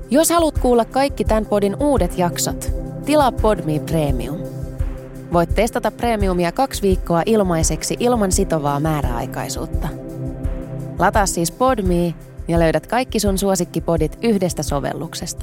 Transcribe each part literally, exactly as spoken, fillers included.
Jos haluat kuulla kaikki tämän podin uudet jaksot, tilaa Podme Premium. Voit testata Premiumia kaksi viikkoa ilmaiseksi ilman sitovaa määräaikaisuutta. Lataa siis Podme ja löydät kaikki sun suosikkipodit yhdestä sovelluksesta.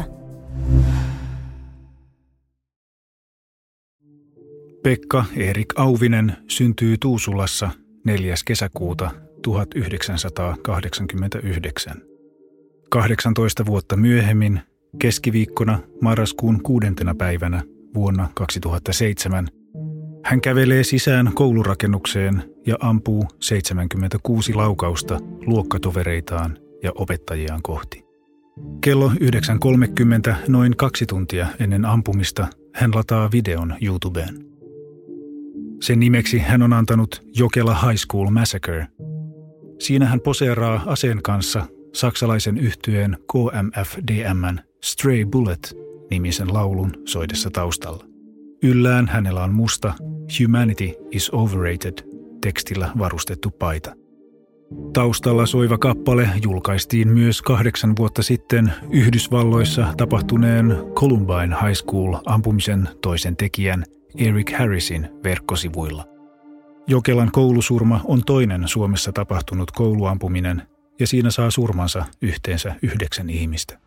Pekka Erik Auvinen syntyy Tuusulassa neljäs kesäkuuta tuhatyhdeksänsataakahdeksankymmentäyhdeksän. kahdeksantoista vuotta myöhemmin, keskiviikkona marraskuun kuudentena päivänä vuonna kaksituhattaseitsemän, hän kävelee sisään koulurakennukseen ja ampuu seitsemänkymmentäkuusi laukausta luokkatovereitaan ja opettajiaan kohti. Kello yhdeksän kolmekymmentä, noin kaksi tuntia ennen ampumista, hän lataa videon YouTubeen. Sen nimeksi hän on antanut Jokela High School Massacre. Siinä hän poseeraa aseen kanssa saksalaisen yhtyeen K M F D M:n Stray Bullet-nimisen laulun soidessa taustalla. Yllään hänellä on musta Humanity is Overrated -tekstillä varustettu paita. Taustalla soiva kappale julkaistiin myös kahdeksan vuotta sitten Yhdysvalloissa tapahtuneen Columbine High School ampumisen toisen tekijän Eric Harrisin verkkosivuilla. Jokelan koulusurma on toinen Suomessa tapahtunut kouluampuminen ja siinä saa surmansa yhteensä yhdeksän ihmistä.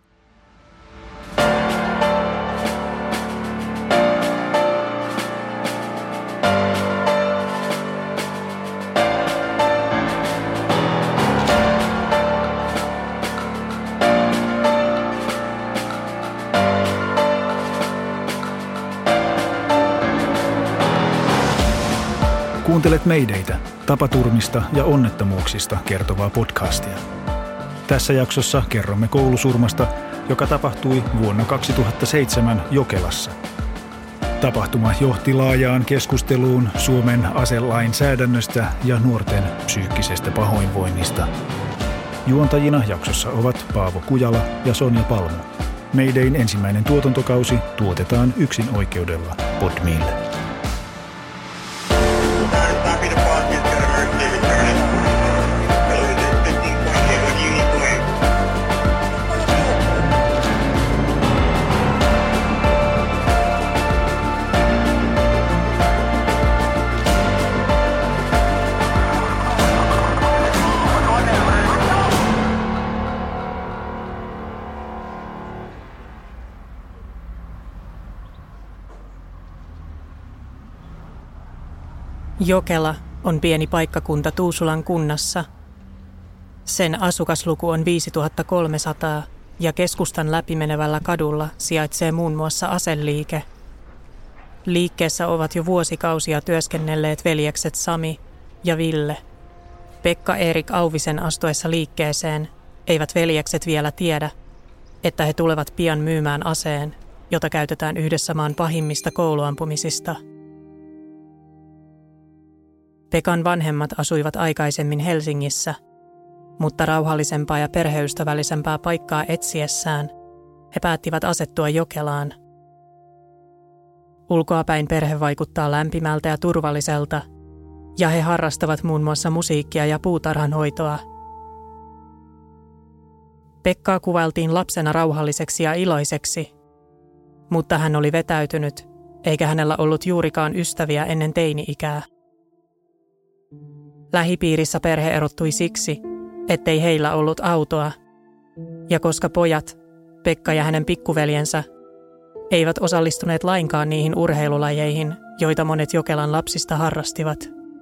Kuuntelet Maydeitä, tapaturmista ja onnettomuuksista kertovaa podcastia. Tässä jaksossa kerromme koulusurmasta, joka tapahtui vuonna kaksituhattaseitsemän Jokelassa. Tapahtuma johti laajaan keskusteluun Suomen aselainsäädännöstä ja nuorten psyykkisestä pahoinvoinnista. Juontajina jaksossa ovat Paavo Kujala ja Sonja Palmu. Maydayn ensimmäinen tuotantokausi tuotetaan yksin oikeudella Podmelle. Jokela on pieni paikkakunta Tuusulan kunnassa. Sen asukasluku on viisituhattakolmesataa ja keskustan läpimenevällä kadulla sijaitsee muun muassa aseliike. Liikkeessä ovat jo vuosikausia työskennelleet veljekset Sami ja Ville. Pekka Erik Auvisen astuessa liikkeeseen eivät veljekset vielä tiedä, että he tulevat pian myymään aseen, jota käytetään yhdessä maan pahimmista kouluampumisista. Pekan vanhemmat asuivat aikaisemmin Helsingissä, mutta rauhallisempaa ja perheystävällisempää paikkaa etsiessään he päättivät asettua Jokelaan. Ulkoapäin perhe vaikuttaa lämpimältä ja turvalliselta, ja he harrastavat muun muassa musiikkia ja puutarhanhoitoa. Pekkaa kuvailtiin lapsena rauhalliseksi ja iloiseksi, mutta hän oli vetäytynyt, eikä hänellä ollut juurikaan ystäviä ennen teini-ikää. Lähipiirissä perhe erottui siksi, ettei heillä ollut autoa, ja koska pojat, Pekka ja hänen pikkuveljensä, eivät osallistuneet lainkaan niihin urheilulajeihin, joita monet Jokelan lapsista harrastivat.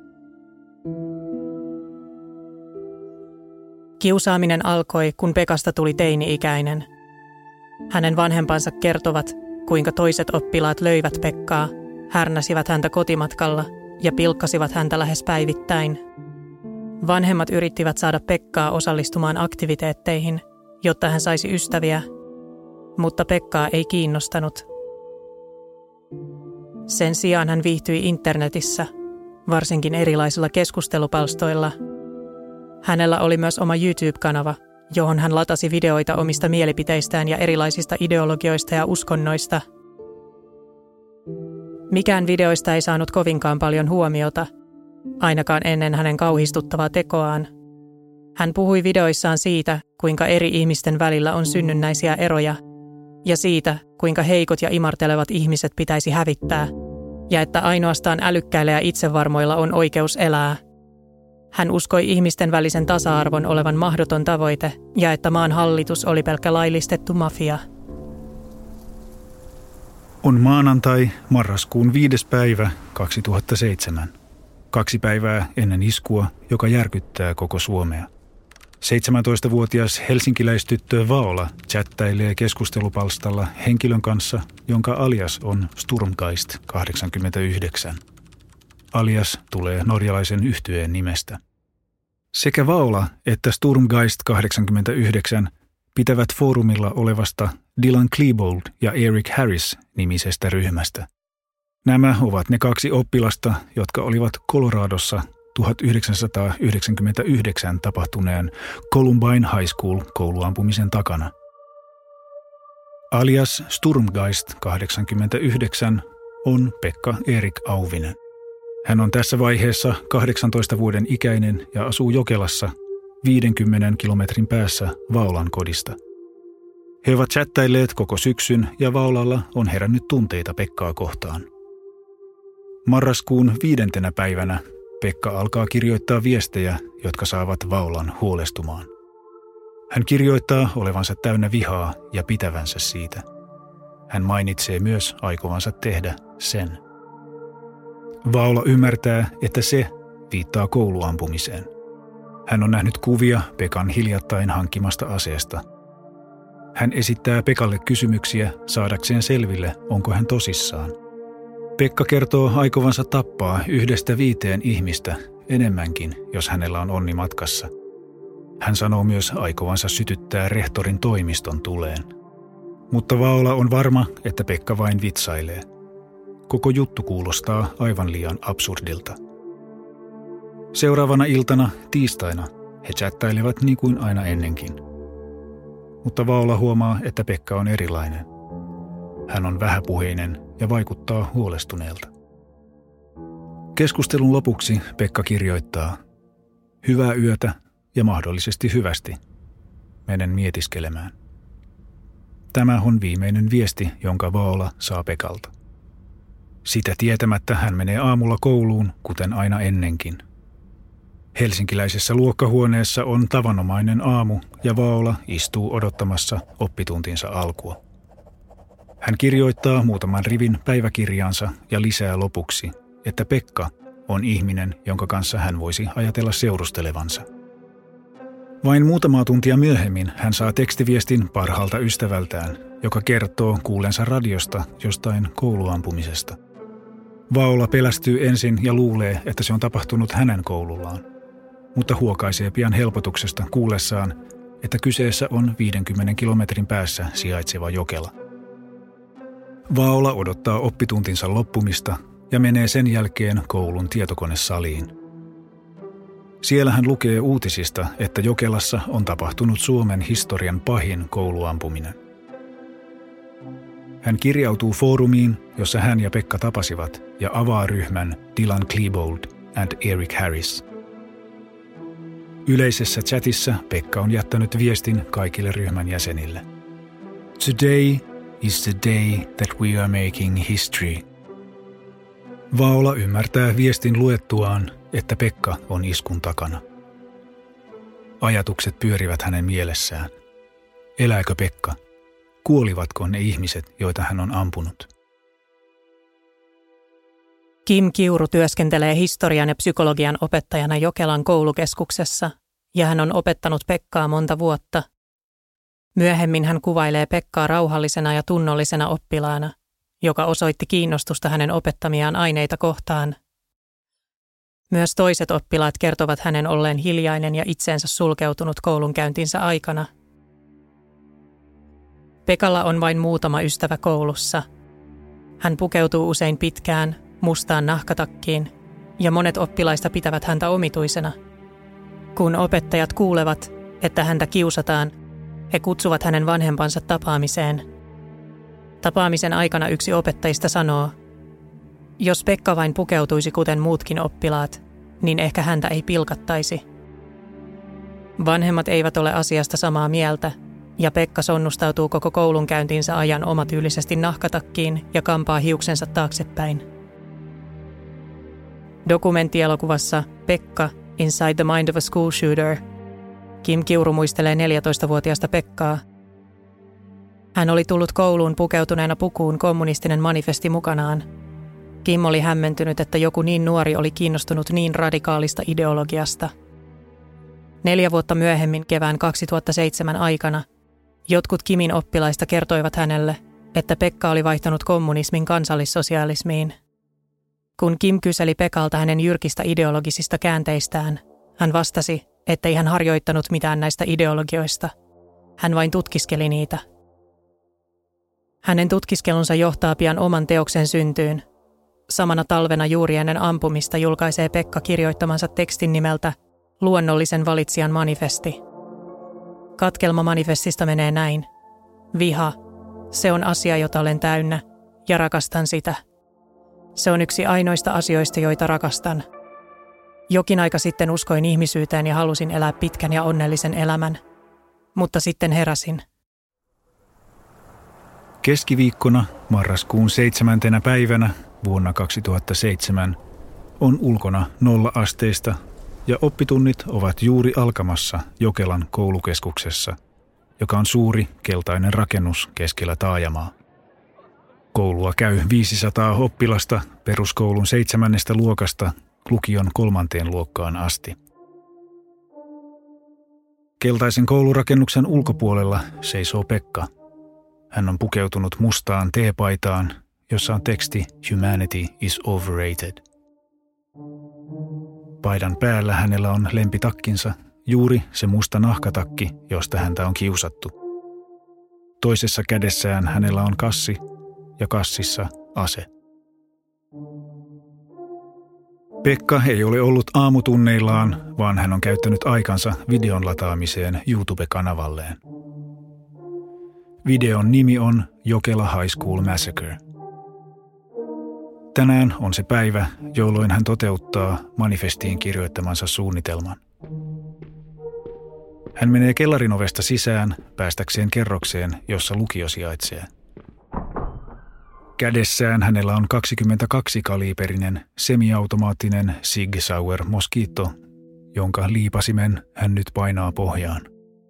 Kiusaaminen alkoi, kun Pekasta tuli teini-ikäinen. Hänen vanhempansa kertovat, kuinka toiset oppilaat löivät Pekkaa, härnäsivät häntä kotimatkalla ja pilkkasivat häntä lähes päivittäin. Vanhemmat yrittivät saada Pekkaa osallistumaan aktiviteetteihin, jotta hän saisi ystäviä, mutta Pekkaa ei kiinnostanut. Sen sijaan hän viihtyi internetissä, varsinkin erilaisilla keskustelupalstoilla. Hänellä oli myös oma YouTube-kanava, johon hän latasi videoita omista mielipiteistään ja erilaisista ideologioista ja uskonnoista. Mikään videoista ei saanut kovinkaan paljon huomiota, ainakaan ennen hänen kauhistuttavaa tekoaan. Hän puhui videoissaan siitä, kuinka eri ihmisten välillä on synnynnäisiä eroja ja siitä, kuinka heikot ja imartelevat ihmiset pitäisi hävittää, ja että ainoastaan älykkäillä ja itsevarmoilla on oikeus elää. Hän uskoi ihmisten välisen tasa-arvon olevan mahdoton tavoite ja että maan hallitus oli pelkkä laillistettu mafia. On maanantai, marraskuun viides päivä kaksituhattaseitsemän. Kaksi päivää ennen iskua, joka järkyttää koko Suomea. seitsemäntoistavuotias helsinkiläistyttö Vaola chattailee keskustelupalstalla henkilön kanssa, jonka alias on Sturmgeist kahdeksankymmentäyhdeksän. Alias tulee norjalaisen yhtyeen nimestä. Sekä Vaola että Sturmgeist kahdeksankymmentäyhdeksän pitävät foorumilla olevasta Dylan Klebold ja Eric Harris -nimisestä ryhmästä. Nämä ovat ne kaksi oppilasta, jotka olivat Coloradossa tuhatyhdeksänsataayhdeksänkymmentäyhdeksän tapahtuneen Columbine High School kouluampumisen takana. Alias Sturmgeist kahdeksankymmentäyhdeksän on Pekka Erik Auvinen. Hän on tässä vaiheessa kahdeksantoista vuoden ikäinen ja asuu Jokelassa viidenkymmenen kilometrin päässä Vaolan kodista. He ovat chattailleet koko syksyn ja Vaolalla on herännyt tunteita Pekkaa kohtaan. Marraskuun viidentenä päivänä Pekka alkaa kirjoittaa viestejä, jotka saavat Vaolan huolestumaan. Hän kirjoittaa olevansa täynnä vihaa ja pitävänsä siitä. Hän mainitsee myös aikovansa tehdä sen. Vaola ymmärtää, että se viittaa kouluampumiseen. Hän on nähnyt kuvia Pekan hiljattain hankkimasta aseesta. Hän esittää Pekalle kysymyksiä saadakseen selville, onko hän tosissaan. Pekka kertoo aikovansa tappaa yhdestä viiteen ihmistä enemmänkin, jos hänellä on onni matkassa. Hän sanoo myös aikovansa sytyttää rehtorin toimiston tuleen. Mutta Vaola on varma, että Pekka vain vitsailee. Koko juttu kuulostaa aivan liian absurdilta. Seuraavana iltana, tiistaina, he chattailevat niin kuin aina ennenkin. Mutta Vaola huomaa, että Pekka on erilainen. Hän on vähäpuheinen ja vaikuttaa huolestuneelta. Keskustelun lopuksi Pekka kirjoittaa: "Hyvää yötä ja mahdollisesti hyvästi. Menen mietiskelemään." Tämä on viimeinen viesti, jonka Vaola saa Pekalta. Sitä tietämättä hän menee aamulla kouluun, kuten aina ennenkin. Helsinkiläisessä luokkahuoneessa on tavanomainen aamu ja Vaola istuu odottamassa oppituntinsa alkua. Hän kirjoittaa muutaman rivin päiväkirjaansa ja lisää lopuksi, että Pekka on ihminen, jonka kanssa hän voisi ajatella seurustelevansa. Vain muutamaa tuntia myöhemmin hän saa tekstiviestin parhaalta ystävältään, joka kertoo kuullensa radiosta jostain kouluampumisesta. Vaola pelästyy ensin ja luulee, että se on tapahtunut hänen koulullaan, mutta huokaisee pian helpotuksesta kuullessaan, että kyseessä on viidenkymmenen kilometrin päässä sijaitseva Jokela. Vaola odottaa oppituntinsa loppumista ja menee sen jälkeen koulun tietokonesaliin. Siellä hän lukee uutisista, että Jokelassa on tapahtunut Suomen historian pahin kouluampuminen. Hän kirjautuu foorumiin, jossa hän ja Pekka tapasivat, ja avaa ryhmän Dylan Klebold and Eric Harris. Yleisessä chatissa Pekka on jättänyt viestin kaikille ryhmän jäsenille. "Today is the day that we are making history." Vaola ymmärtää viestin luettuaan, että Pekka on iskun takana. Ajatukset pyörivät hänen mielessään. Elääkö Pekka? Kuolivatko ne ihmiset, joita hän on ampunut? Kim Kiuru työskentelee historian ja psykologian opettajana Jokelan koulukeskuksessa ja hän on opettanut Pekkaa monta vuotta. Myöhemmin hän kuvailee Pekkaa rauhallisena ja tunnollisena oppilaana, joka osoitti kiinnostusta hänen opettamiaan aineita kohtaan. Myös toiset oppilaat kertovat hänen olleen hiljainen ja itseensä sulkeutunut koulunkäyntinsä aikana. Pekalla on vain muutama ystävä koulussa. Hän pukeutuu usein pitkään, mustaan nahkatakkiin, ja monet oppilaista pitävät häntä omituisena. Kun opettajat kuulevat, että häntä kiusataan, he kutsuvat hänen vanhempansa tapaamiseen. Tapaamisen aikana yksi opettajista sanoo: "Jos Pekka vain pukeutuisi kuten muutkin oppilaat, niin ehkä häntä ei pilkattaisi." Vanhemmat eivät ole asiasta samaa mieltä, ja Pekka sonnustautuu koko koulunkäyntinsä ajan omatyylisesti nahkatakkiin ja kampaa hiuksensa taaksepäin. Dokumenttielokuvassa Pekka, Inside the Mind of a School Shooter, Kim Kiuru muistelee neljätoistavuotiaasta Pekkaa. Hän oli tullut kouluun pukeutuneena pukuun kommunistinen manifesti mukanaan. Kim oli hämmentynyt, että joku niin nuori oli kiinnostunut niin radikaalista ideologiasta. Neljä vuotta myöhemmin kevään kaksituhattaseitsemän aikana jotkut Kimin oppilaista kertoivat hänelle, että Pekka oli vaihtanut kommunismin kansallissosialismiin. Kun Kim kyseli Pekalta hänen jyrkistä ideologisista käänteistään, hän vastasi, ettei hän harjoittanut mitään näistä ideologioista. Hän vain tutkiskeli niitä. Hänen tutkiskelunsa johtaa pian oman teoksen syntyyn. Samana talvena juuri ennen ampumista julkaisee Pekka kirjoittamansa tekstin nimeltä Luonnollisen valitsijan manifesti. Katkelma manifestista menee näin. Viha. Se on asia, jota olen täynnä, ja rakastan sitä. Se on yksi ainoista asioista, joita rakastan. Jokin aika sitten uskoin ihmisyyteen ja halusin elää pitkän ja onnellisen elämän. Mutta sitten heräsin. Keskiviikkona marraskuun seitsemäntenä päivänä vuonna kaksituhattaseitsemän on ulkona nolla asteista ja oppitunnit ovat juuri alkamassa Jokelan koulukeskuksessa, joka on suuri keltainen rakennus keskellä taajamaa. Koulua käy viisisataa oppilasta peruskoulun seitsemännestä luokasta lukion kolmanteen luokkaan asti. Keltaisen koulurakennuksen ulkopuolella seisoo Pekka. Hän on pukeutunut mustaan teepaitaan, jossa on teksti Humanity is overrated. Paidan päällä hänellä on lempitakkinsa, juuri se musta nahkatakki, josta häntä on kiusattu. Toisessa kädessään hänellä on kassi ja kassissa ase. Pekka ei ole ollut aamutunneillaan, vaan hän on käyttänyt aikansa videon lataamiseen YouTube-kanavalleen. Videon nimi on Jokela High School Massacre. Tänään on se päivä, jolloin hän toteuttaa manifestiin kirjoittamansa suunnitelman. Hän menee kellarin ovesta sisään päästäkseen kerrokseen, jossa lukio sijaitsee. Kädessään hänellä on kaksikymmentäkaksi-kaliiperinen semiautomaattinen Sig Sauer Mosquito, jonka liipasimen hän nyt painaa pohjaan.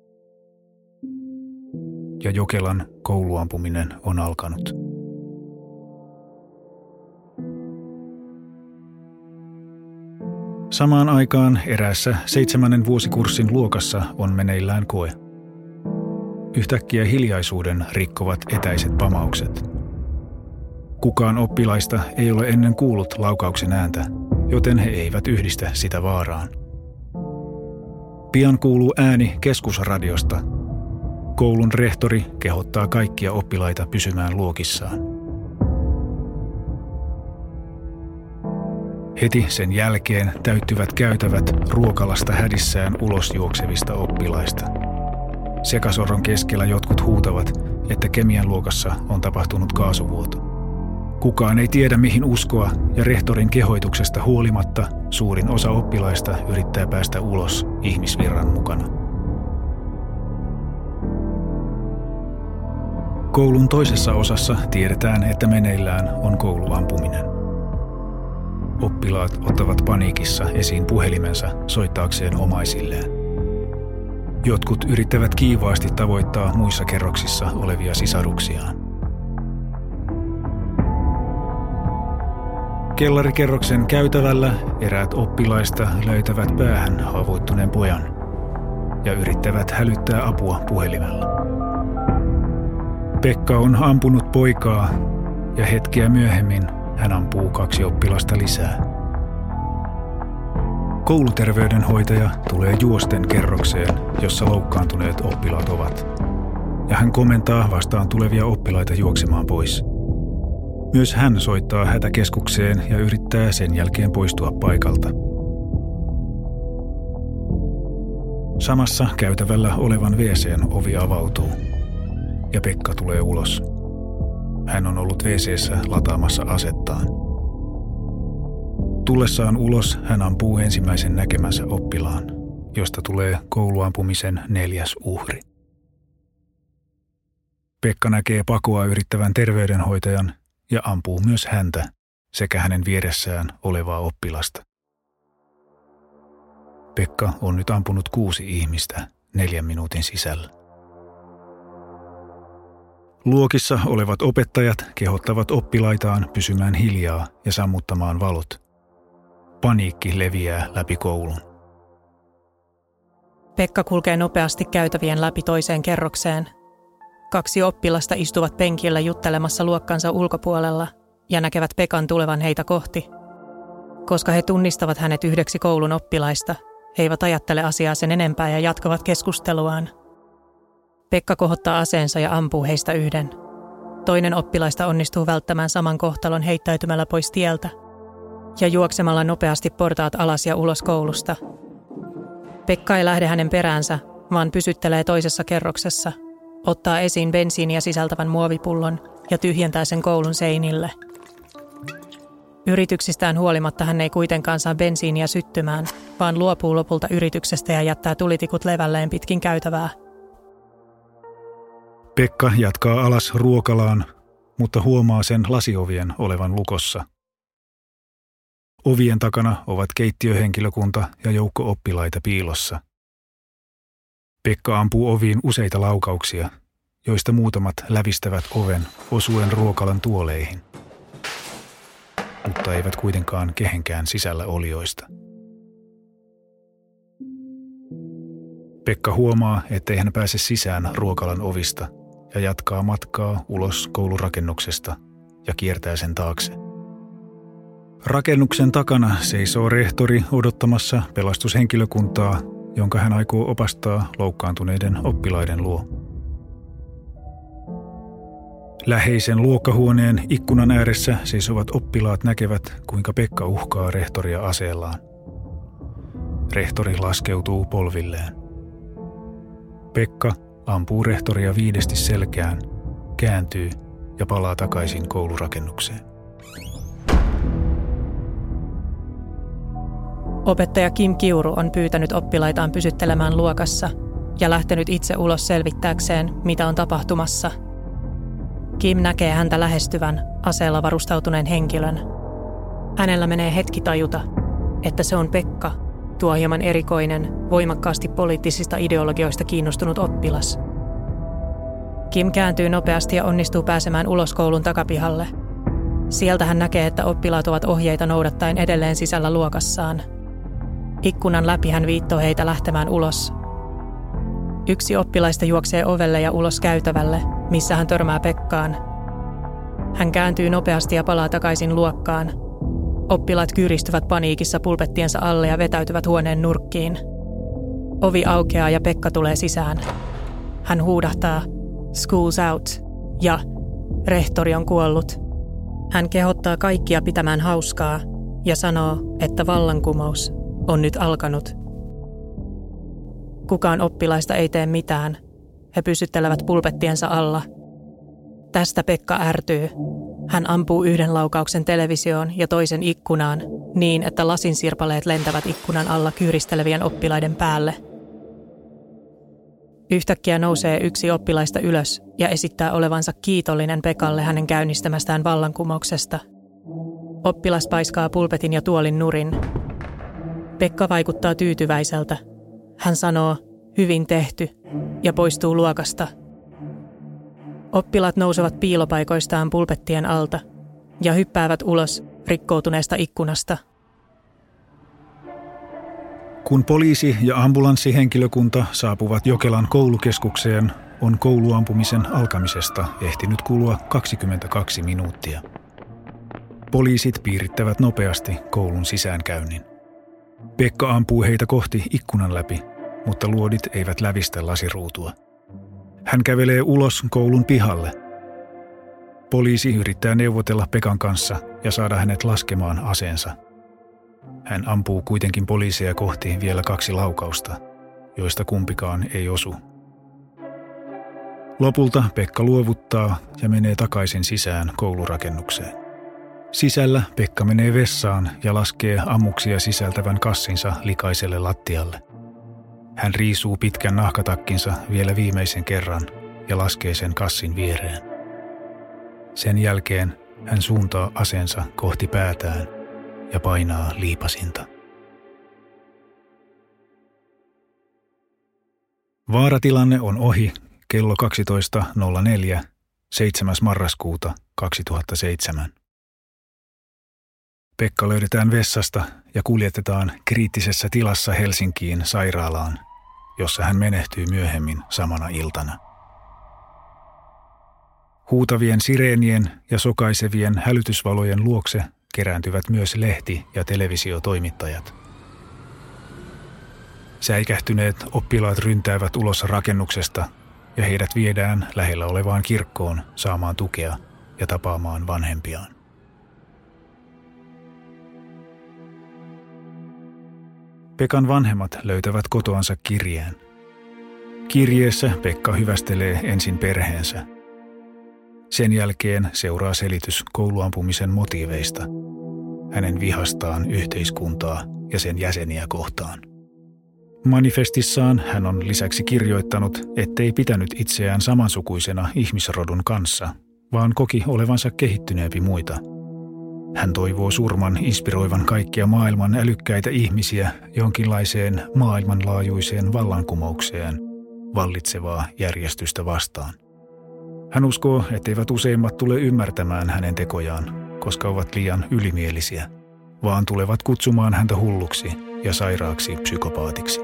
Ja Jokelan kouluampuminen on alkanut. Samaan aikaan eräässä seitsemännen vuosikurssin luokassa on meneillään koe. Yhtäkkiä hiljaisuuden rikkovat etäiset pamaukset. Kukaan oppilaista ei ole ennen kuullut laukauksen ääntä, joten he eivät yhdistä sitä vaaraan. Pian kuuluu ääni keskusradiosta. Koulun rehtori kehottaa kaikkia oppilaita pysymään luokissaan. Heti sen jälkeen täyttyvät käytävät ruokalasta hädissään ulos juoksevista oppilaista. Sekasorron keskellä jotkut huutavat, että kemian luokassa on tapahtunut kaasuvuoto. Kukaan ei tiedä mihin uskoa ja rehtorin kehoituksesta huolimatta suurin osa oppilaista yrittää päästä ulos ihmisvirran mukana. Koulun toisessa osassa tiedetään, että meneillään on kouluampuminen. Oppilaat ottavat paniikissa esiin puhelimensa soittaakseen omaisilleen. Jotkut yrittävät kiivaasti tavoittaa muissa kerroksissa olevia sisaruksiaan. Kellarikerroksen käytävällä eräät oppilaista löytävät päähän haavoittuneen pojan ja yrittävät hälyttää apua puhelimella. Pekka on ampunut poikaa ja hetkeä myöhemmin hän ampuu kaksi oppilasta lisää. Kouluterveydenhoitaja tulee juosten kerrokseen, jossa loukkaantuneet oppilaat ovat, ja hän komentaa vastaan tulevia oppilaita juoksemaan pois. Myös hän soittaa hätäkeskukseen ja yrittää sen jälkeen poistua paikalta. Samassa käytävällä olevan W C:n ovi avautuu ja Pekka tulee ulos. Hän on ollut W C:ssä lataamassa asettaan. Tullessaan ulos hän ampuu ensimmäisen näkemänsä oppilaan, josta tulee kouluampumisen neljäs uhri. Pekka näkee pakoa yrittävän terveydenhoitajan ja ampuu myös häntä sekä hänen vieressään olevaa oppilasta. Pekka on nyt ampunut kuusi ihmistä neljän minuutin sisällä. Luokissa olevat opettajat kehottavat oppilaitaan pysymään hiljaa ja sammuttamaan valot. Paniikki leviää läpi koulun. Pekka kulkee nopeasti käytävien läpi toiseen kerrokseen. Kaksi oppilasta istuvat penkillä juttelemassa luokkansa ulkopuolella ja näkevät Pekan tulevan heitä kohti. Koska he tunnistavat hänet yhdeksi koulun oppilaista, he eivät ajattele asiaa sen enempää ja jatkavat keskusteluaan. Pekka kohottaa aseensa ja ampuu heistä yhden. Toinen oppilaista onnistuu välttämään saman kohtalon heittäytymällä pois tieltä ja juoksemalla nopeasti portaat alas ja ulos koulusta. Pekka ei lähde hänen peräänsä, vaan pysyttelee toisessa kerroksessa, ottaa esiin bensiiniä sisältävän muovipullon ja tyhjentää sen koulun seinille. Yrityksistään huolimatta hän ei kuitenkaan saa bensiiniä syttymään, vaan luopuu lopulta yrityksestä ja jättää tulitikut levälleen pitkin käytävää. Pekka jatkaa alas ruokalaan, mutta huomaa sen lasiovien olevan lukossa. Ovien takana ovat keittiöhenkilökunta ja joukko oppilaita piilossa. Pekka ampuu oviin useita laukauksia, joista muutamat lävistävät oven osuen ruokalan tuoleihin, mutta eivät kuitenkaan kehenkään sisällä olijoista. Pekka huomaa, ettei hän pääse sisään ruokalan ovista ja jatkaa matkaa ulos koulurakennuksesta ja kiertää sen taakse. Rakennuksen takana seisoo rehtori odottamassa pelastushenkilökuntaa, jonka hän aikoo opastaa loukkaantuneiden oppilaiden luo. Läheisen luokkahuoneen ikkunan ääressä seisovat oppilaat näkevät, kuinka Pekka uhkaa rehtoria aseellaan. Rehtori laskeutuu polvilleen. Pekka ampuu rehtoria viidesti selkään, kääntyy ja palaa takaisin koulurakennukseen. Opettaja Kim Kiuru on pyytänyt oppilaitaan pysyttelemään luokassa ja lähtenyt itse ulos selvittääkseen, mitä on tapahtumassa. Kim näkee häntä lähestyvän aseella varustautuneen henkilön. Hänellä menee hetki tajuta, että se on Pekka, tuo hieman erikoinen, voimakkaasti poliittisista ideologioista kiinnostunut oppilas. Kim kääntyy nopeasti ja onnistuu pääsemään ulos koulun takapihalle. Sieltä hän näkee, että oppilaat ovat ohjeita noudattaen edelleen sisällä luokassaan. Ikkunan läpi hän viittoo heitä lähtemään ulos. Yksi oppilaista juoksee ovelle ja ulos käytävälle, missä hän törmää Pekkaan. Hän kääntyy nopeasti ja palaa takaisin luokkaan. Oppilaat kyyristyvät paniikissa pulpettiensa alle ja vetäytyvät huoneen nurkkiin. Ovi aukeaa ja Pekka tulee sisään. Hän huudahtaa, "School's out" ja "Rehtori on kuollut". Hän kehottaa kaikkia pitämään hauskaa ja sanoo, että vallankumous on nyt alkanut. Kukaan oppilaista ei tee mitään. He pysyttelevät pulpettiensa alla. Tästä Pekka ärtyy. Hän ampuu yhden laukauksen televisioon ja toisen ikkunaan niin, että lasinsirpaleet lentävät ikkunan alla kyyristelevien oppilaiden päälle. Yhtäkkiä nousee yksi oppilaista ylös ja esittää olevansa kiitollinen Pekalle hänen käynnistämästään vallankumouksesta. Oppilas paiskaa pulpetin ja tuolin nurin. Pekka vaikuttaa tyytyväiseltä. Hän sanoo, "Hyvin tehty", ja poistuu luokasta. Oppilaat nousevat piilopaikoistaan pulpettien alta ja hyppäävät ulos rikkoutuneesta ikkunasta. Kun poliisi ja ambulanssihenkilökunta saapuvat Jokelan koulukeskukseen, on kouluampumisen alkamisesta ehtinyt kulua kaksikymmentäkaksi minuuttia. Poliisit piirittävät nopeasti koulun sisäänkäynnin. Pekka ampuu heitä kohti ikkunan läpi, mutta luodit eivät lävistä lasiruutua. Hän kävelee ulos koulun pihalle. Poliisi yrittää neuvotella Pekan kanssa ja saada hänet laskemaan aseensa. Hän ampuu kuitenkin poliiseja kohti vielä kaksi laukausta, joista kumpikaan ei osu. Lopulta Pekka luovuttaa ja menee takaisin sisään koulurakennukseen. Sisällä Pekka menee vessaan ja laskee ammuksia sisältävän kassinsa likaiselle lattialle. Hän riisuu pitkän nahkatakkinsa vielä viimeisen kerran ja laskee sen kassin viereen. Sen jälkeen hän suuntaa aseensa kohti päätään ja painaa liipasinta. Vaaratilanne on ohi kello kaksitoista nolla neljä seitsemäs marraskuuta kaksituhattaseitsemän. Pekka löydetään vessasta ja kuljetetaan kriittisessä tilassa Helsinkiin sairaalaan, jossa hän menehtyy myöhemmin samana iltana. Huutavien sireenien ja sokaisevien hälytysvalojen luokse kerääntyvät myös lehti- ja televisiotoimittajat. Säikähtyneet oppilaat ryntäävät ulos rakennuksesta ja heidät viedään lähellä olevaan kirkkoon saamaan tukea ja tapaamaan vanhempiaan. Pekan vanhemmat löytävät kotoansa kirjeen. Kirjeessä Pekka hyvästelee ensin perheensä. Sen jälkeen seuraa selitys kouluampumisen motiiveista, hänen vihastaan yhteiskuntaa ja sen jäseniä kohtaan. Manifestissaan hän on lisäksi kirjoittanut, ettei pitänyt itseään samansukuisena ihmisrodun kanssa, vaan koki olevansa kehittyneempi muita. Hän toivoo surman inspiroivan kaikkia maailman älykkäitä ihmisiä jonkinlaiseen maailmanlaajuiseen vallankumoukseen vallitsevaa järjestystä vastaan. Hän uskoo, etteivät useimmat tule ymmärtämään hänen tekojaan, koska ovat liian ylimielisiä, vaan tulevat kutsumaan häntä hulluksi ja sairaaksi psykopaatiksi.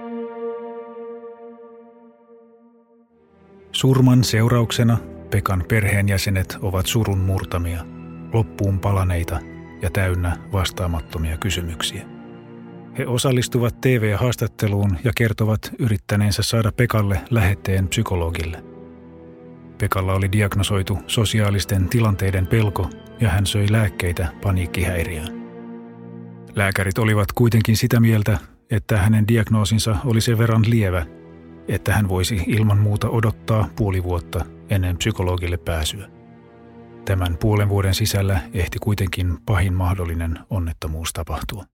Surman seurauksena Pekan perheenjäsenet ovat surun murtamia, loppuun palaneita ja täynnä vastaamattomia kysymyksiä. He osallistuvat T V-haastatteluun ja kertovat yrittäneensä saada Pekalle lähetteen psykologille. Pekalla oli diagnosoitu sosiaalisten tilanteiden pelko ja hän söi lääkkeitä paniikkihäiriöön. Lääkärit olivat kuitenkin sitä mieltä, että hänen diagnoosinsa oli sen verran lievä, että hän voisi ilman muuta odottaa puoli vuotta ennen psykologille pääsyä. Tämän puolen vuoden sisällä ehti kuitenkin pahin mahdollinen onnettomuus tapahtua.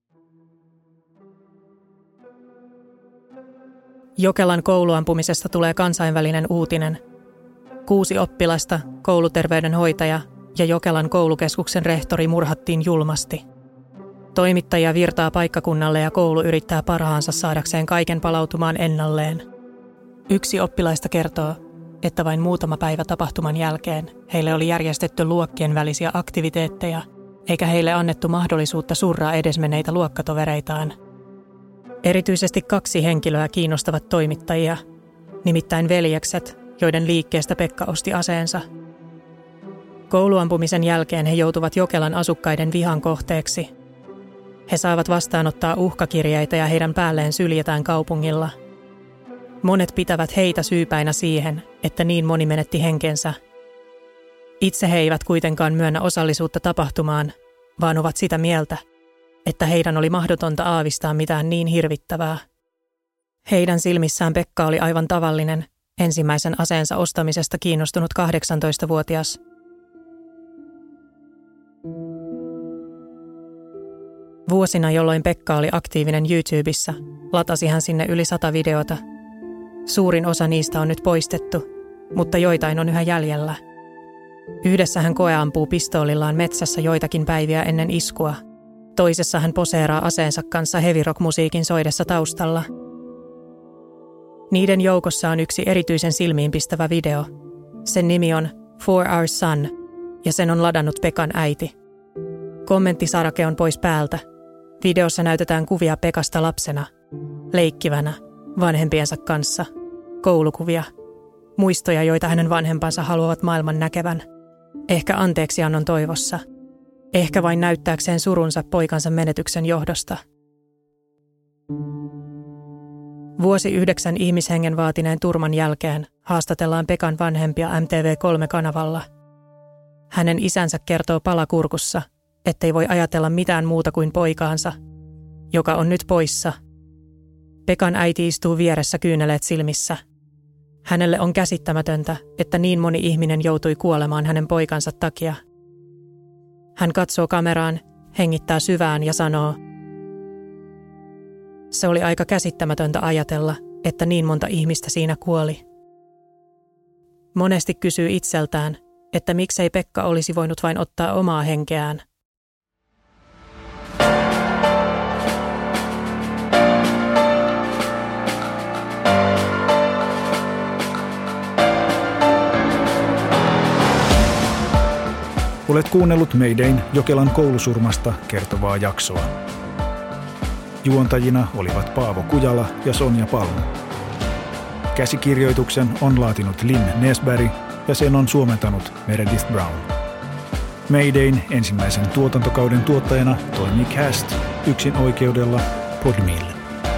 Jokelan kouluampumisesta tulee kansainvälinen uutinen. Kuusi oppilasta, kouluterveydenhoitaja ja Jokelan koulukeskuksen rehtori murhattiin julmasti. Toimittajia virtaa paikkakunnalle ja koulu yrittää parhaansa saadakseen kaiken palautumaan ennalleen. Yksi oppilaista kertoo, että vain muutama päivä tapahtuman jälkeen heille oli järjestetty luokkien välisiä aktiviteetteja, eikä heille annettu mahdollisuutta surraa edesmenneitä luokkatovereitaan. Erityisesti kaksi henkilöä kiinnostavat toimittajia, nimittäin veljekset, joiden liikkeestä Pekka osti aseensa. Kouluampumisen jälkeen he joutuvat Jokelan asukkaiden vihan kohteeksi. He saavat vastaanottaa uhkakirjeitä ja heidän päälleen syljetään kaupungilla. Monet pitävät heitä syypäinä siihen, että niin moni menetti henkensä. Itse he eivät kuitenkaan myönnä osallisuutta tapahtumaan, vaan ovat sitä mieltä, että heidän oli mahdotonta aavistaa mitään niin hirvittävää. Heidän silmissään Pekka oli aivan tavallinen, ensimmäisen aseensa ostamisesta kiinnostunut kahdeksantoistavuotias. Vuosina, jolloin Pekka oli aktiivinen YouTubessa, latasi hän sinne yli sata videota. Suurin osa niistä on nyt poistettu, mutta joitain on yhä jäljellä. Yhdessä hän koeampuu pistoolillaan metsässä joitakin päiviä ennen iskua. Toisessa hän poseeraa aseensa kanssa heavy rock-musiikin soidessa taustalla. Niiden joukossa on yksi erityisen silmiinpistävä video. Sen nimi on For Our Son, ja sen on ladannut Pekan äiti. Kommenttisarake on pois päältä. Videossa näytetään kuvia Pekasta lapsena, leikkivänä, vanhempiensa kanssa, koulukuvia, muistoja, joita hänen vanhempansa haluavat maailman näkevän. Ehkä anteeksiannon toivossa. Ehkä vain näyttääkseen surunsa poikansa menetyksen johdosta. Vuosi yhdeksän ihmishengen vaatineen turman jälkeen haastatellaan Pekan vanhempia M T V kolme -kanavalla. Hänen isänsä kertoo palakurkussa, ettei voi ajatella mitään muuta kuin poikaansa, joka on nyt poissa. Pekan äiti istuu vieressä kyyneleet silmissä. Hänelle on käsittämätöntä, että niin moni ihminen joutui kuolemaan hänen poikansa takia. Hän katsoo kameraan, hengittää syvään ja sanoo, se oli aika käsittämätöntä ajatella, että niin monta ihmistä siinä kuoli. Monesti kysyy itseltään, että miksei Pekka olisi voinut vain ottaa omaa henkeään. Olet kuunnellut Maydayn Jokelan koulusurmasta kertovaa jaksoa. Juontajina olivat Paavo Kujala ja Sonja Palmu. Käsikirjoituksen on laatinut Lynn Nesberg ja sen on suomentanut Meredith Brown. Maydayn ensimmäisen tuotantokauden tuottajana toimii Cast yksin oikeudella Podmille.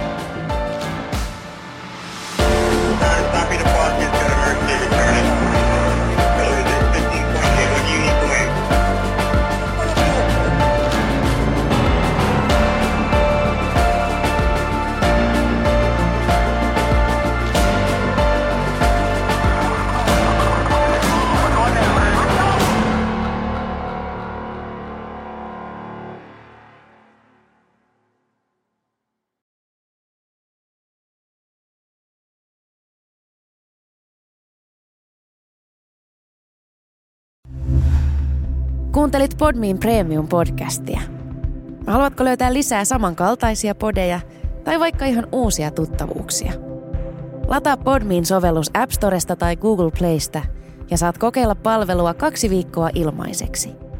Kuuntelit Podmin Premium-podcastia. Haluatko löytää lisää samankaltaisia podeja tai vaikka ihan uusia tuttavuuksia? Lataa Podmin sovellus App Storesta tai Google Playsta ja saat kokeilla palvelua kaksi viikkoa ilmaiseksi.